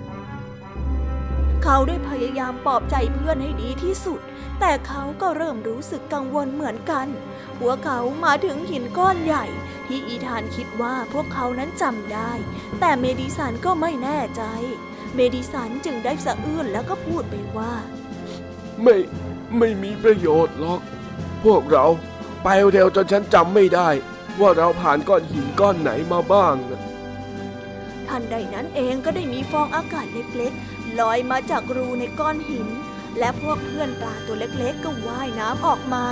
เขาได้พยายามปลอบใจเพื่อนให้ดีที่สุดแต่เขาก็เริ่มรู้สึกกังวลเหมือนกันพวกเขามาถึงหินก้อนใหญ่ที่อีธานคิดว่าพวกเขานั้นจำได้แต่เมดิสันก็ไม่แน่ใจเมดิสันจึงได้สะอื้นแล้วก็พูดไปว่าไม่ไม่มีประโยชน์หรอกพวกเราไปเร็วจนฉันจำไม่ได้ว่าเราผ่านก้อนหินก้อนไหนมาบ้างทันใดนั้นเองก็ได้มีฟองอากาศเล็กๆลอยมาจากรูในก้อนหินและพวกเพื่อนปลาตัวเล็กๆก็ว่ายน้ำออกมา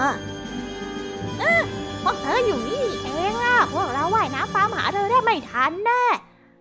เออพวกเธออยู่นี่เองอ่ะพวกเราว่ายน้ำตามหาเธอได้ไม่ทันแน่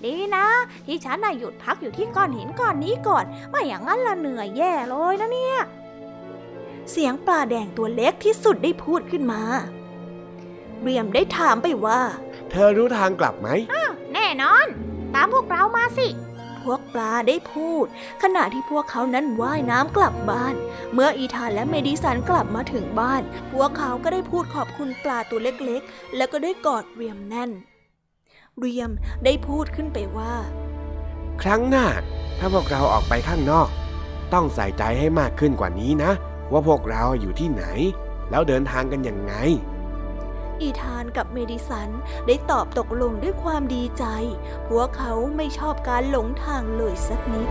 ดีนะที่ฉันน่ะหยุดพักอยู่ที่ก้อนหินก้อนนี้ก่อนไม่อย่างนั้นละเหนื่อยแย่เลยนะเนี่ยเสียงปลาแดงตัวเล็กที่สุดได้พูดขึ้นมาเรียมได้ถามไปว่าเธอรู้ทางกลับไหมอ้าวแน่นอนตามพวกเรามาสิพวกปลาได้พูดขณะที่พวกเขานั้นว่ายน้ำกลับบ้านเมื่ออีธานและเมดิสันกลับมาถึงบ้านพวกเขาก็ได้พูดขอบคุณปลาตัวเล็กๆแล้วก็ได้กอดเรียมแน่นเรียมได้พูดขึ้นไปว่าครั้งหน้าถ้าพวกเราออกไปข้างนอกต้องใส่ใจให้มากขึ้นกว่านี้นะว่าพวกเราอยู่ที่ไหนแล้วเดินทางกันยังไงอีธานกับเมดิสันได้ตอบตกลงด้วยความดีใจพวกเขาไม่ชอบการหลงทางเลยสักนิด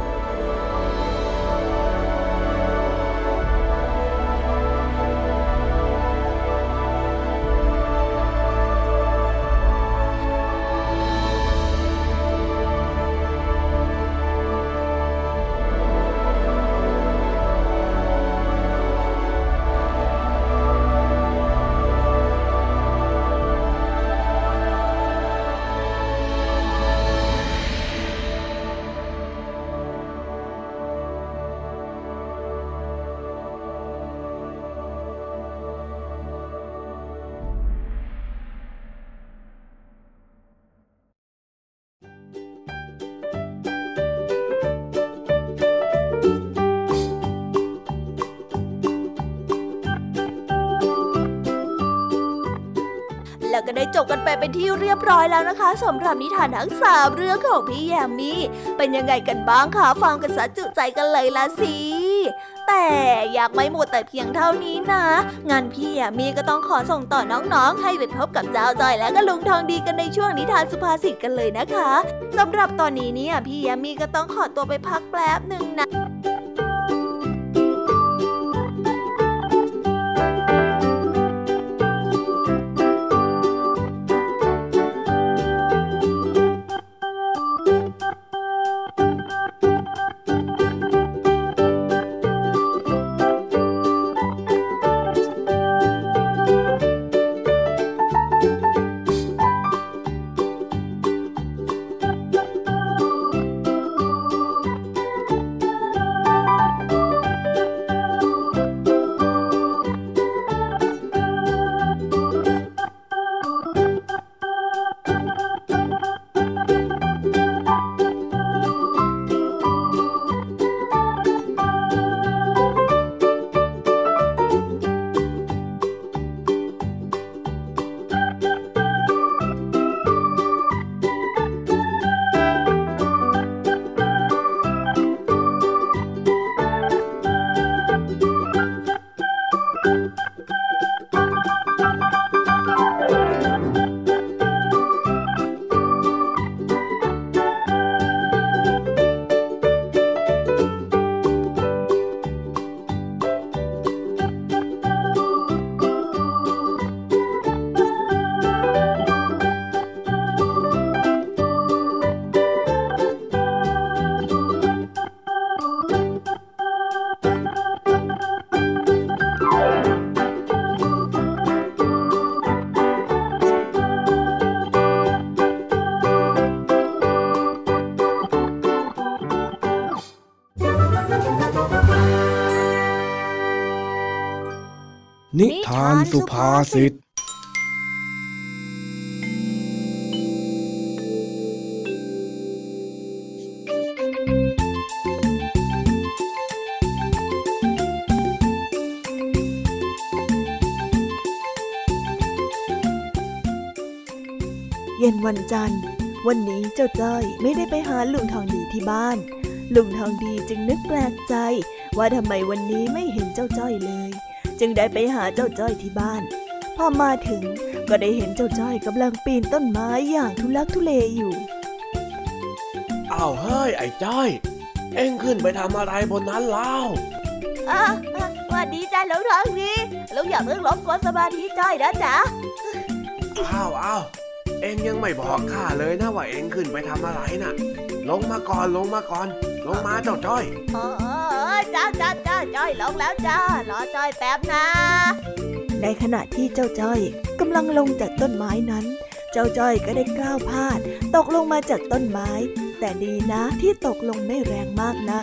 แล้วก็ได้จบกันไปเป็นที่เรียบร้อยแล้วนะคะสำหรับนิทานทั้งสามเรื่องของพี่แยมมี่เป็นยังไงกันบ้างคะฟังกันซะจุใจกันเลยละสิแต่อยากไม่หมดแต่เพียงเท่านี้นะงั้นพี่แยมมี่ก็ต้องขอส่งต่อน้องๆให้ไปพบกับเจ้าจ้อยและก็ลุงทองดีกันในช่วงนิทานสุภาษิตกันเลยนะคะสำหรับตอนนี้เนี่ยพี่แยมมี่ก็ต้องขอตัวไปพักแป๊บนึงนะนิทานสุภาษิตเย็นวันจันทร์วันนี้เจ้าจ้อยไม่ได้ไปหาลุงทองดีที่บ้านลุงทองดีจึงนึกแปลกใจว่าทำไมวันนี้ไม่เห็นเจ้าจ้อยเลยจึงได้ไปหาเจ้าจ้อยที่บ้านพอมาถึงก็ได้เห็นเจ้าจ้อยกำลังปีนต้นไม้อย่างทุลักทุเลอยู่อ้าวเฮ้ยไอ้จ้อยเอ็งขึ้นไปทำอะไรบนนั้นเล่าอ่ะสวัสดีจ้าลุงทองดีลุงอย่าเพิ่งรบกวนสมาธิจ้อยนะจ๊ะอ้าวอ้าวเอ็งยังไม่บอกข้าเลยนะว่าเอ็งขึ้นไปทำอะไรน่ะลงมาก่อนลงมาก่อนลงมาเจ้าจ้อยเออจ้าจ้าจ้าจ้อยลงแล้วจ้ารอจ้อยแป๊บนะในขณะที่เจ้าจ้อยกำลังลงจากต้นไม้นั้นเจ้าจ้อยก็ได้ก้าวพลาดตกลงมาจากต้นไม้แต่ดีนะที่ตกลงไม่แรงมากนัก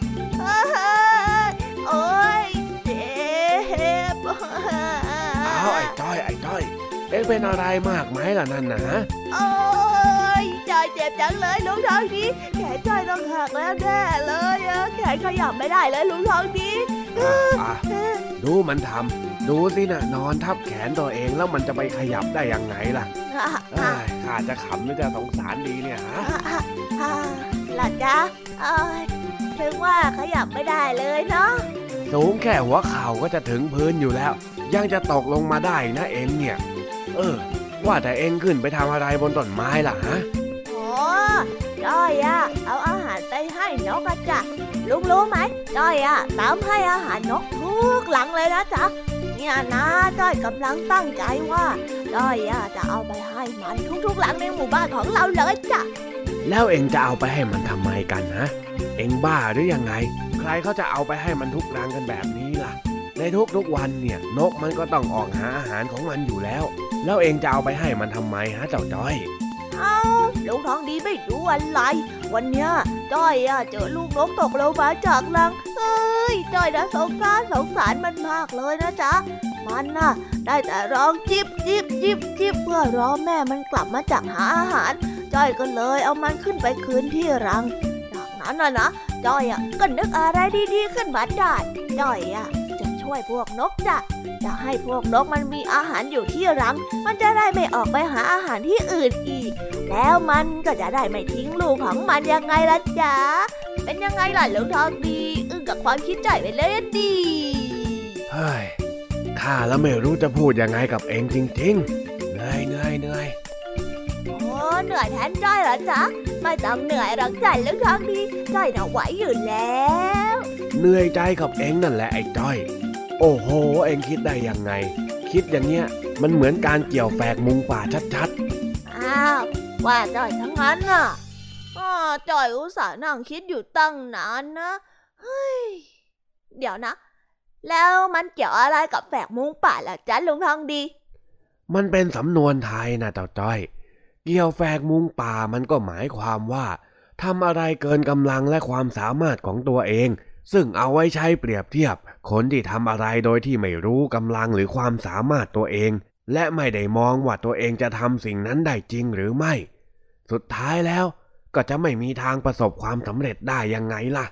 โอ๊ยเจ็บอ้าวไอ้จ้อยไอ้จ้อยเอ็งเป็นอะไรมากไหมล่ะนั่นนะโอ๊ยจ้อยเจ็บจังเลยลุงทองดีแขนจ้อยต้องหักแล้วแน่เลยแขนขยับไม่ได้เลยลุงทองดีดูมันทำดูสินะนอนทับแขนตัวเองแล้วมันจะไปขยับได้ยังไงล่ะข้าจะขำหรือจะสงสารดีเนี่ยฮะล่ะจ๊ะถึงว่าขยับไม่ได้เลยเนาะสูงแค่หัวเข่าก็จะถึงพื้นอยู่แล้วยังจะตกลงมาได้นะเอ็งเนี่ยเออว่าแต่เอ็งขึ้นไปทำอะไรบนต้นไม้ล่ะฮะอ๋อจ้อยอะเอาอาหารไปให้นกอะจ๊ะลุงรู้ไหมจ้อยอะตามให้อาหารนกทุกหลังเลยนะจ๊ะเนี่ยนะจ้อยกำลังตั้งใจว่าจ้อยอะจะเอาไปให้มันทุกๆหลังในหมู่บ้านของเราเลยจ้ะแล้วเอ็งจะเอาไปให้มันทำไมกันนะเอ็งบ้าหรือยังไงใครเขาจะเอาไปให้มันทุกรังกันแบบนี้ล่ะในทุกๆวันเนี่ยนกมันก็ต้องออกหาอาหารของมันอยู่แล้วแล้วเอ็งจะเอาไปให้มันทำไมฮะเจ้าจ้อยเอ้าลุงทองดีไม่รู้อะไรวันเนี้ยจ้อยอะเจอลูกนกตกลงมาจากรังเอ้ยจ้อยนะสงสารสงสารมันมากเลยนะจ๊ะมันน่ะได้แต่ร้องจิบจิบจิบจิบเพื่อรอแม่มันกลับมาจากหาอาหารจ้อยก็เลยเอามันขึ้นไปคืนที่รังจากนั้นน่ะนะจ้อยอะก็นึกอะไรดีๆขึ้นมาได้จ้อยอะจะช่วยพวกนกจ้ะจะให้พวกนกมันมีอาหารอยู่ที่รังมันจะได้ไม่ออกไปหาอาหารที่อื่นอีกแล้วมันก็จะได้ไม่ทิ้งลูกของมันยังไงล่ะจ๊ะเป็นยังไงล่ะลุงทองดีอึ้งกับความคิดจ้อยไปเลยดิเฮ้ยข้าแล้วไม่รู้จะพูดยังไงกับเองจริงๆเหนื่อยเหนื่อยเหนื่อยโอ้เหนื่อยแทนจ้อยเหรอจ๊ะไม่ต้องเหนื่อยหรอกจ้ะลุงทองดีจ้อยน่ะไหวอยู่แล้วเหนื่อยใจกับเองนั่นแหละไอ้จ้อยโอ้โหเองคิดได้ยังไงคิดอย่างเงี้ยมันเหมือนการเกี่ยวแฝกมุงป่าชัดๆอ้าวว่าจ้อยทั้งนั้นน่ะอ้อจ้อยอุตส่าห์นั่งคิดอยู่ตั้งนานนะเฮ้ยเดี๋ยวนะแล้วมันเกี่ยวอะไรกับแฝกมุงป่าล่ะจ๊ะลุงทองดีมันเป็นสำนวนไทยนะเจ้าจ้อยเกี่ยวแฝกมุงป่ามันก็หมายความว่าทำอะไรเกินกำลังและความสามารถของตัวเองซึ่งเอาไว้ใช้เปรียบเทียบคนที่ทำอะไรโดยที่ไม่รู้กำลังหรือความสามารถตัวเองและไม่ได้มองว่าตัวเองจะทำสิ่งนั้นได้จริงหรือไม่สุดท้ายแล้วก็จะไม่มีทางประสบความสำเร็จได้ยังไงล่ะ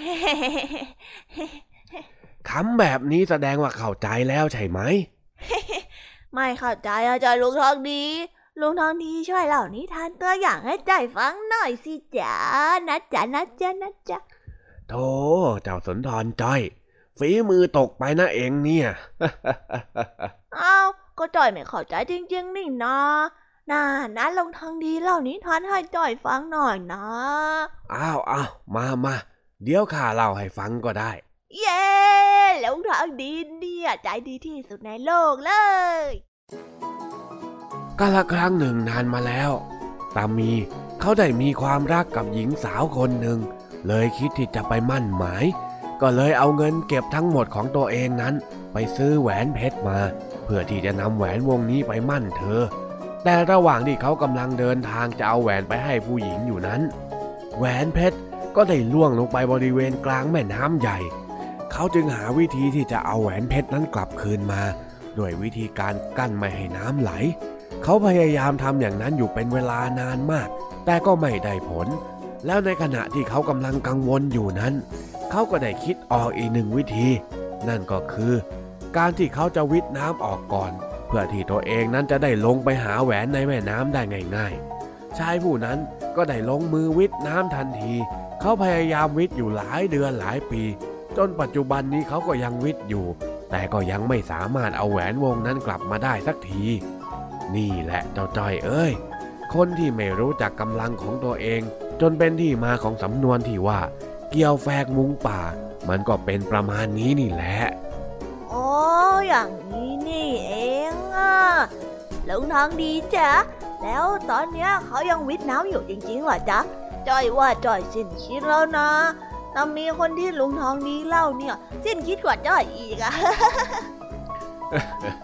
คำแบบนี้แสดงว่าเข้าใจแล้วใช่ไหมไม่เข้าใจอาจารย์ลุงทองดีลุงทองดีช่วยเล่านิทานตัวอย่างให้ใจฟังหน่อยสิจ๊ะนะจ๊ะนะจ๊ะนะจ๊ะโธ่เจ้าสุนทรจ้อยฝีมือตกไปนะเองเนี่ยอ้าวก็จ้อยไม่เข้าใจจริงๆนี่นะน่านะลุงทองดีเล่านิทานให้จ้อยฟังหน่อยนะอ้าวอ้าวมามาเดี๋ยวข้าเล่าให้ฟังก็ได้เย้ลุงทองดีเนี่ยใจดีที่สุดในโลกเลยกาลครั้งหนึ่งนานมาแล้วตามีเขาได้มีความรักกับหญิงสาวคนหนึ่งเลยคิดที่จะไปมั่นหมายก็เลยเอาเงินเก็บทั้งหมดของตัวเองนั้นไปซื้อแหวนเพชรมาเพื่อที่จะนำแหวนวงนี้ไปมั่นเธอแต่ระหว่างที่เขากำลังเดินทางจะเอาแหวนไปให้ผู้หญิงอยู่นั้นแหวนเพชรก็ได้ล่วงลงไปบริเวณกลางแม่น้ำใหญ่เขาจึงหาวิธีที่จะเอาแหวนเพชรนั้นกลับคืนมาด้วยวิธีการกั้นไม่ให้น้ำไหลเขาพยายามทำอย่างนั้นอยู่เป็นเวลานานมากแต่ก็ไม่ได้ผลแล้วในขณะที่เขากำลังกังวลอยู่นั้นเขาก็ได้คิดออกอีกหนึ่งวิธีนั่นก็คือการที่เขาจะวิทน้ำออกก่อนเพื่อที่ตัวเองนั้นจะได้ลงไปหาแหวนในแม่น้ำได้ง่ายๆชายผู้นั้นก็ได้ลงมือวิทน้ำทันทีเขาพยายามวิทอยู่หลายเดือนหลายปีจนปัจจุบันนี้เขาก็ยังวิทอยู่แต่ก็ยังไม่สามารถเอาแหวนวงนั้นกลับมาได้สักทีนี่แหละเจ้าจ้อยเอ้ยคนที่ไม่รู้จักกำลังของตัวเองจนเป็นที่มาของสำนวนที่ว่าเกี่ยวแฝกมุงป่ามันก็เป็นประมาณนี้นี่แหละอ๋ออย่างนี้นี่เองอ่ะลุงทองดีจ๊ะแล้วตอนเนี้ยเขายังวิทน้ำอยู่จริงๆเหรอจ๊ะจ้อยว่าจ้อยสิ้นคิดแล้วนะแต่มีคนที่ลุงทองดีเล่าเนี่ยสิ้นคิดกว่าจ้อยอีกอ่ะ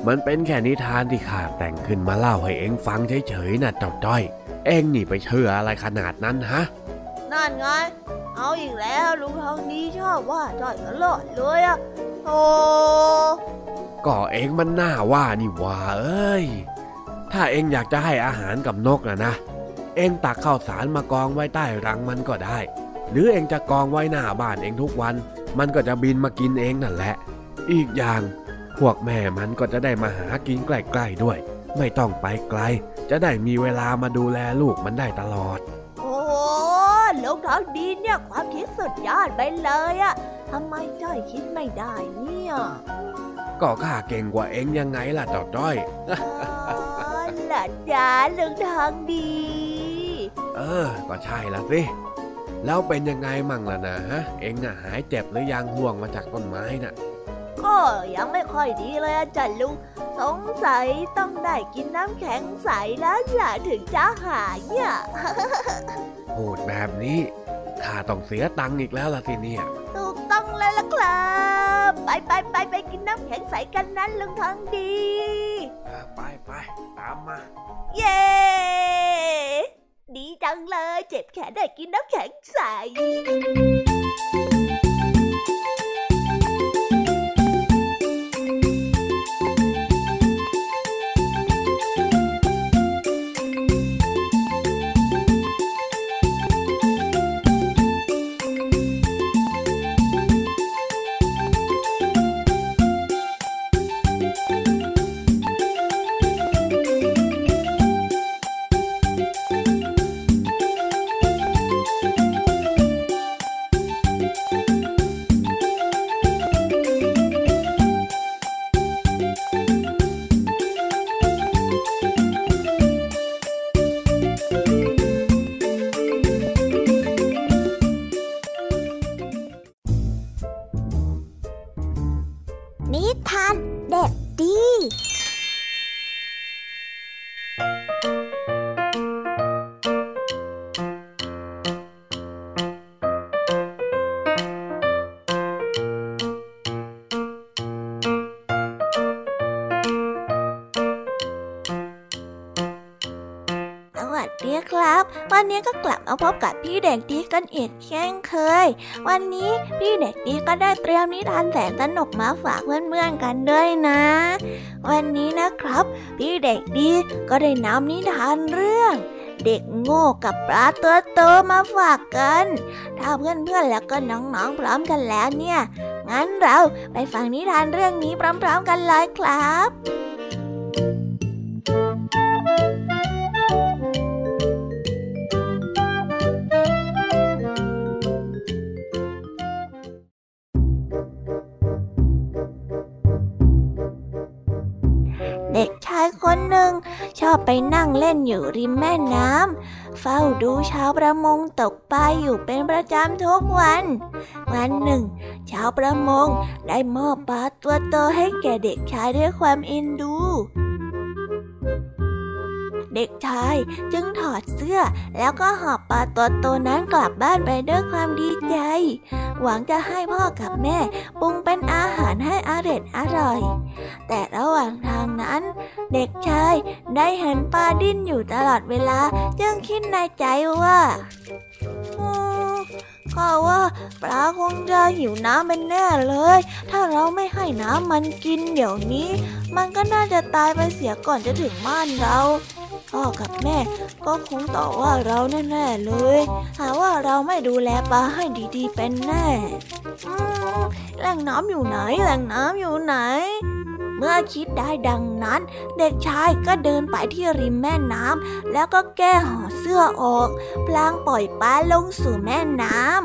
มันเป็นแค่นิทานที่ข้าแต่งขึ้นมาเล่าให้เอ็งฟังเฉยๆนะเจ้าจ้อยเอ็งนี่ไปเชื่ออะไรขนาดนั้นฮะนั่นไงเอาอีกแล้วลุงทองดีชอบว่าจ้อยตลอดเลยอะโอ้ก็เอ็งมันน่าว่านี่ว่าเอ้ยถ้าเอ็งอยากจะให้อาหารกับนกนะนะเอ็งตักข้าวสารมากองไว้ใต้รังมันก็ได้หรือเอ็งจะกองไว้หน้าบ้านเอ็งทุกวันมันก็จะบินมากินเองนั่นแหละอีกอย่างพวกแม่มันก็จะได้มาหากินใกล้ๆด้วยไม่ต้องไปไกลจะได้มีเวลามาดูแลลูกมันได้ตลอดโอ้ลุงทองดีเนี่ยความคิดสุดยอดไปเลยอะทำไมจ้อยคิดไม่ได้เนี่ยก็ข้าเก่งกว่าเอ็งยังไงล่ะเจ้าจ้อยหล่ะจ้าลุงทองดีเออก็ใช่ละสิแล้วเป็นยังไงมั่งล่ะนะฮะเอ็งน่ะหายเจ็บหรือยังห่วงมาจากต้นไม้น่ะก็ยังไม่ค่อยดีเลยอาจารย์ลุงสงสัยต้องได้กินน้ำแข็งใสแล้วล่ะถึงจะหายเนี่ยพูดแบบนี้ข้าต้องเสียตังค์อีกแล้วล่ะสิเนี่ยถูกต้องเลยล่ะครับไปไปไปไปกินน้ำแข็งใสกันนั้นลุงทองดีไปไปตามมาเย้ดีจังเลยเจ็บแขนได้กินน้ำแข็งใสวันนี้ก็กลับมาพบกับพี่เด็กดีกันอีกเช่นเคยวันนี้พี่เด็กดีก็ได้เตรียมนิทานแสนสนุกมาฝากเพื่อนๆกันด้วยนะวันนี้นะครับพี่เด็กดีก็ได้นำนิทานเรื่องเด็กโง่กับปลาตัวโตมาฝากกันถ้าเพื่อนๆแล้วก็น้องๆพร้อมกันแล้วเนี่ยงั้นเราไปฟังนิทานเรื่องนี้พร้อมๆกันเลยครับเด็กชายคนหนึ่งชอบไปนั่งเล่นอยู่ริมแม่น้ำเฝ้าดูชาวประมงตกปลาอยู่เป็นประจำทุกวันวันหนึ่งชาวประมงได้มอบปลาตัวโตให้แก่เด็กชายด้วยความเอ็นดูเด็กชายจึงถอดเสื้อแล้วก็หอบปลาตัวโตนั้นกลับบ้านไปด้วยความดีใจหวังจะให้พ่อกับแม่ปรุงเป็นอาหารให้อร่อยอร่อยแต่ระหว่างทางนั้นเด็กชายได้เห็นปลาดิ้นอยู่ตลอดเวลาจึงคิดในใจว่าอืมข้าว่าปลาคงจะหิวน้ำเป็นแน่เลยถ้าเราไม่ให้น้ำมันกินเดี๋ยวนี้มันก็น่าจะตายไปเสียก่อนจะถึงบ้านเราพ่อกับแม่ก็คงต่อว่าเราแน่ๆเลยหาว่าเราไม่ดูแลปลาให้ดีๆเป็นแน่อืมแหล่งน้ำอยู่ไหนแหล่งน้ำอยู่ไหนเมื่อคิดได้ดังนั้นเด็กชายก็เดินไปที่ริมแม่น้ำแล้วก็แก้ห่อเสื้อออกพลางปล่อยปลาลงสู่แม่น้ำ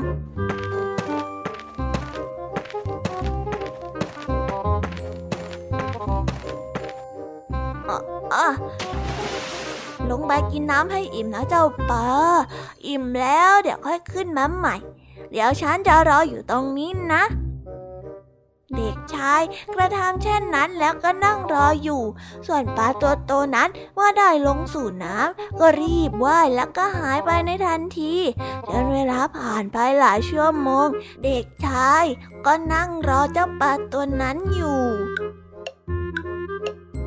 อ่ะลงไปกินน้ำให้อิ่มนะเจ้าปลาอิ่มแล้วเดี๋ยวค่อยขึ้นมาใหม่เดี๋ยวฉันจะรออยู่ตรงนี้นะเด็กชายกระทำเช่นนั้นแล้วก็นั่งรออยู่ส่วนปลาตัวโตนั้นเมื่อได้ลงสู่น้ำก็รีบว่ายแล้วก็หายไปในทันทีจนเวลาผ่านไปหลายชั่วโมงเด็กชายก็นั่งรอเจ้าปลาตัวนั้นอยู่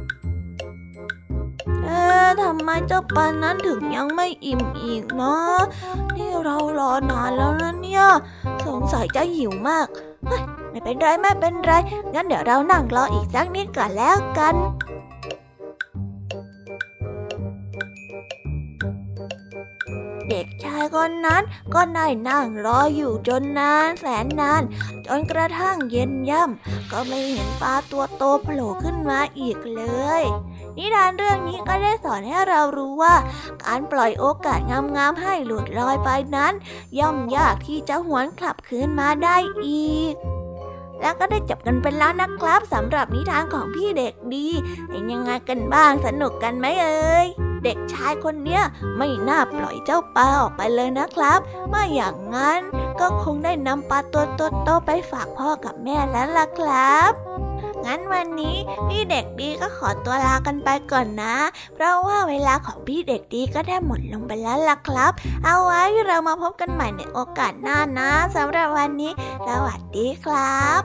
ำไมเจ้าปลานั้นถึงยังไม่อิ่มอีกนะนี่เรารอนานแล้วนะเนี่ยสงสัยจะหิวมากเฮ้ยไม่เป็นไรไม่เป็นไรงั้นเดี๋ยวเรานั่งรออีกสักนิดก่อนแล้วกันเด็กชายคนนั้นก็ได้นั่งรออยู่จนนานแสนนานจนกระทั่งเย็นย่ำก็ไม่เห็นปลาตัวโตโผล่ขึ้นมาอีกเลยนิทานเรื่องนี้ก็ได้สอนให้เรารู้ว่าการปล่อยโอกาสงามๆให้หลุดลอยไปนั้นย่อมยากที่จะหวนกลับคืนมาได้อีกแล้วก็ได้จบกันไปแล้วนะครับสำหรับนิทานของพี่เด็กดีเป็นยังไงกันบ้างสนุกกันไหมเอ่ยเด็กชายคนเนี้ยไม่น่าปล่อยเจ้าปลาออกไปเลยนะครับไม่อย่างนั้นก็คงได้นำปลาตัวโตๆไปฝากพ่อกับแม่แล้วล่ะครับงั้นวันนี้พี่เด็กดีก็ขอตัวลากันไปก่อนนะเพราะว่าเวลาของพี่เด็กดีก็ได้หมดลงไปแล้วล่ะครับเอาไว้เรามาพบกันใหม่ในโอกาสหน้านะสำหรับวันนี้สวัสดีครับ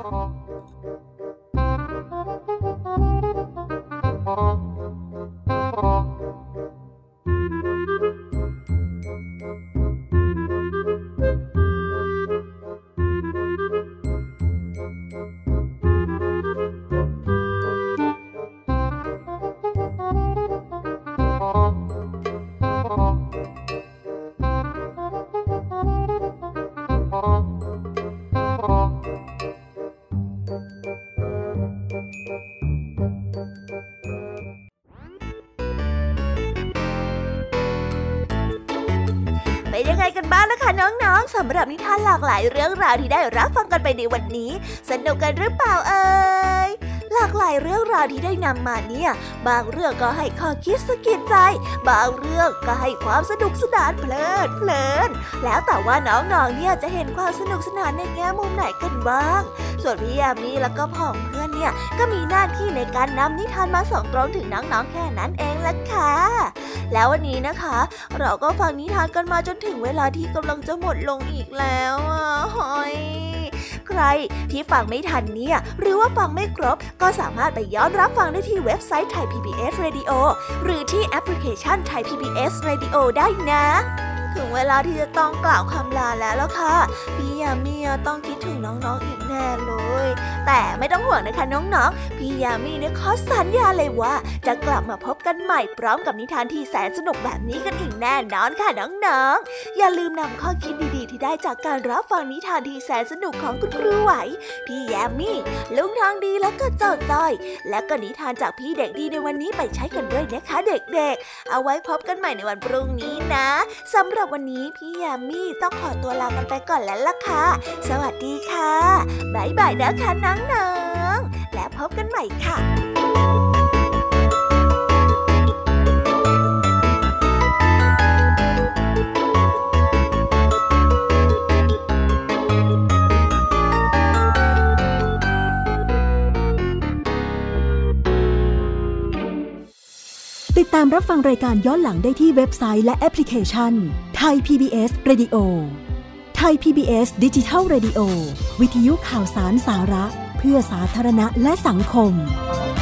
เป็นยังไงกันบ้างนะคะน้องๆสำหรับนิทานหลากหลายเรื่องราวที่ได้รับฟังกันไปในวันนี้สนุกกันหรือเปล่าเอ่ยหลากหลายเรื่องราวที่ได้นำมาเนี่ยบางเรื่องก็ให้ข้อคิดสะกิดใจบางเรื่องก็ให้ความสนุกสนานเพลิดเพลินแล้วแต่ว่าน้องๆเนี่ยจะเห็นความสนุกสนานในแง่มุมไหนกันบ้างส่วนพี่ยามีแล้วก็พ่องเพื่อนเนี่ยก็มีหน้าที่ในการนำนิทานมาส่งตรงถึงน้องๆแค่นั้นเองล่ะค่ะแล้ววันนี้นะคะเราก็ฟังนิทานกันมาจนถึงเวลาที่กำลังจะหมดลงอีกแล้วอ่ะหอยใครที่ฟังไม่ทันเนี่ยหรือว่าฟังไม่ครบก็สามารถไปย้อนรับฟังได้ที่เว็บไซต์ Thai พี บี เอส Radio หรือที่แอปพลิเคชัน Thai พี บี เอส Radio ได้นะถึงเวลาที่จะต้องกล่าวคำลาแล้วล่ะค่ะพี่ยามีต้องคิดถึงน้องๆอีกแน่เลยแต่ไม่ต้องห่วงนะคะน้องๆพี่ยามีเนี่ยขอสัญญาเลยว่าจะกลับมาพบกันใหม่พร้อมกับนิทานที่แสนสนุกแบบนี้กันอีกแน่นอนค่ะน้องๆอย่าลืมนำข้อคิดดีๆที่ได้จากการรับฟังนิทานที่แสนสนุกของคุณครูไหวพี่ยามีลุงทองดีแล้วก็เจ้าจ้อยและก็นิทานจากพี่เด็กดีในวันนี้ไปใช้กันด้วยนะคะเด็กๆเอาไว้พบกันใหม่ในวันพรุ่งนี้นะสำหรับวันนี้พี่ยามีต้องขอตัวลากันไปก่อนแล้วล่ะค่ะสวัสดีค่ะบ๊ายบายนะคะน้องๆและพบกันใหม่ค่ะติดตามรับฟังรายการย้อนหลังได้ที่เว็บไซต์และแอปพลิเคชัน Thai พี บี เอส Radio Thai พี บี เอส Digital Radio วิทยุข่าวสารสาระเพื่อสาธารณะและสังคม